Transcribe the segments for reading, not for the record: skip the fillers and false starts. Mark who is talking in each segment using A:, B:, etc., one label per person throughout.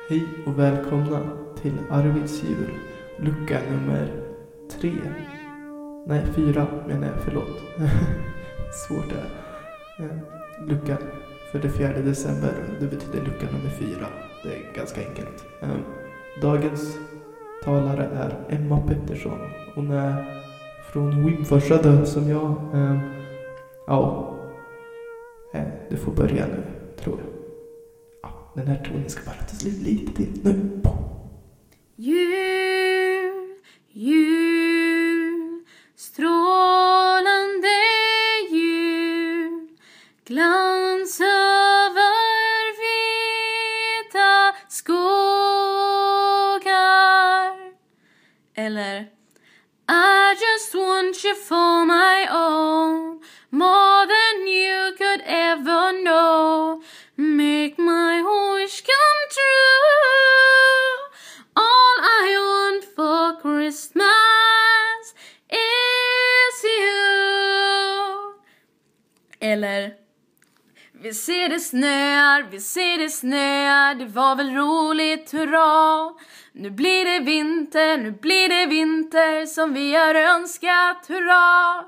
A: Hej och välkomna till Arvids jul, lucka nummer 3. Nej, 4 menar jag, förlåt. Svårt det här. Lucka för det 4 december, det betyder lucka nummer 4. Det är ganska enkelt. Dagens talare är Emma Pettersson. Hon är från Wimforsadö som jag. Du får börja nu, tror jag. Den här tonen ska bara ta slut lite till. Nu.
B: Jul, jul, strålande jul, glans över vita skogar. Eller I just want you for my own, more than you could ever know. Make my wish come true. All I want for Christmas is you. Eller vi ser det snöar, det var väl roligt, hurra. Nu blir det vinter som vi har önskat, hurra.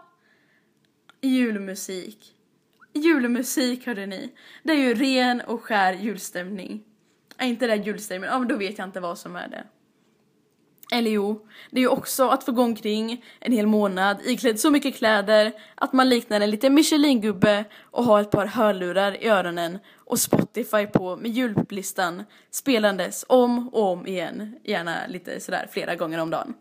B: Julmusik, hörde ni. Det är ju ren och skär julstämning. Är inte det julstämning? Ja, men då vet jag inte vad som är det. Eller jo, det är ju också att få gå omkring en hel månad iklädd så mycket kläder att man liknar en liten Michelin-gubbe och har ett par hörlurar i öronen och Spotify på med jullistan spelandes om och om igen. Gärna lite sådär flera gånger om dagen.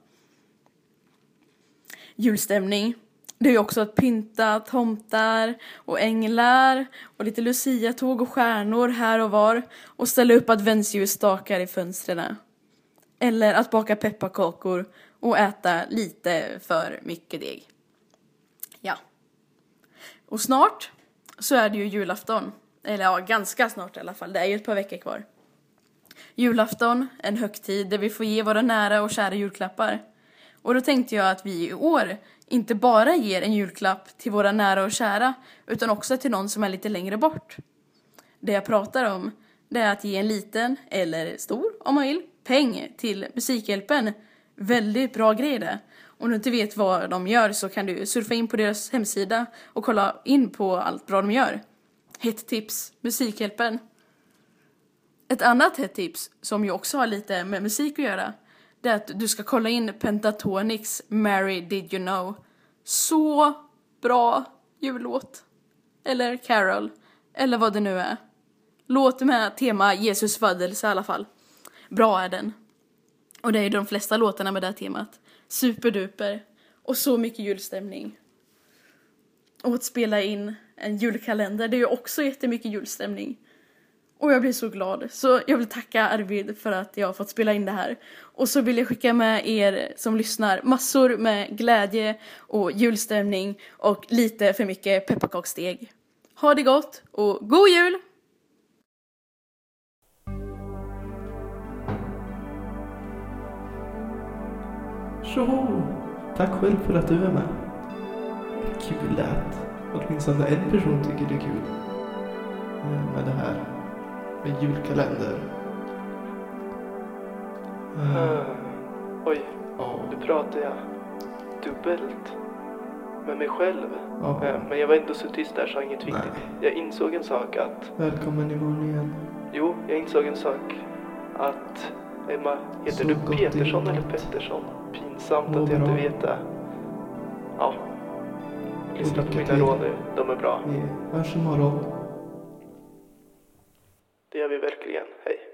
B: Julstämning. Det är ju också att pynta tomtar och änglar och lite luciatåg och stjärnor här och var och ställa upp adventsljusstakar i fönstren. Eller att baka pepparkakor och äta lite för mycket deg. Ja. Och snart så är det ju julafton. Eller ja, ganska snart i alla fall. Det är ju ett par veckor kvar. Julafton, en högtid där vi får ge våra nära och kära julklappar. Och då tänkte jag att vi i år inte bara ger en julklapp till våra nära och kära utan också till någon som är lite längre bort. Det jag pratar om, det är att ge en liten, eller stor om man vill, peng till Musikhjälpen. Väldigt bra grej det. Om du inte vet vad de gör så kan du surfa in på deras hemsida och kolla in på allt bra de gör. Hett tips, Musikhjälpen. Ett annat hett tips som ju också har lite med musik att göra, det är att du ska kolla in Pentatonix Mary Did You Know. Så bra jullåt. Eller Carol. Eller vad det nu är. Låt med tema Jesus födelse i alla fall. Bra är den. Och det är ju de flesta låtarna med det här temat. Superduper. Och så mycket julstämning. Och att spela in en julkalender, det är ju också jättemycket julstämning. Och jag blir så glad. Så jag vill tacka Arvid för att jag har fått spela in det här. Och så vill jag skicka med er som lyssnar massor med glädje och julstämning och lite för mycket pepparkakssteg. Ha det gott och god jul!
A: Så, tack själv för att du är med. Kul att åtminstone en person tycker det är kul med det här. Med julkalender.
C: Oj, nu pratar jag dubbelt med mig själv. Men jag var ändå så tyst där så inget viktigt. Jag insåg en sak att...
A: Välkommen imorgon igen.
C: Jo, jag insåg en sak att... Emma, heter du Petersson eller Pettersson? Pinsamt att jag inte vet det. Ja. Lyssna på mina råd nu, de är bra.
A: Vi hörs imorgon.
C: Det gör vi verkligen, hej.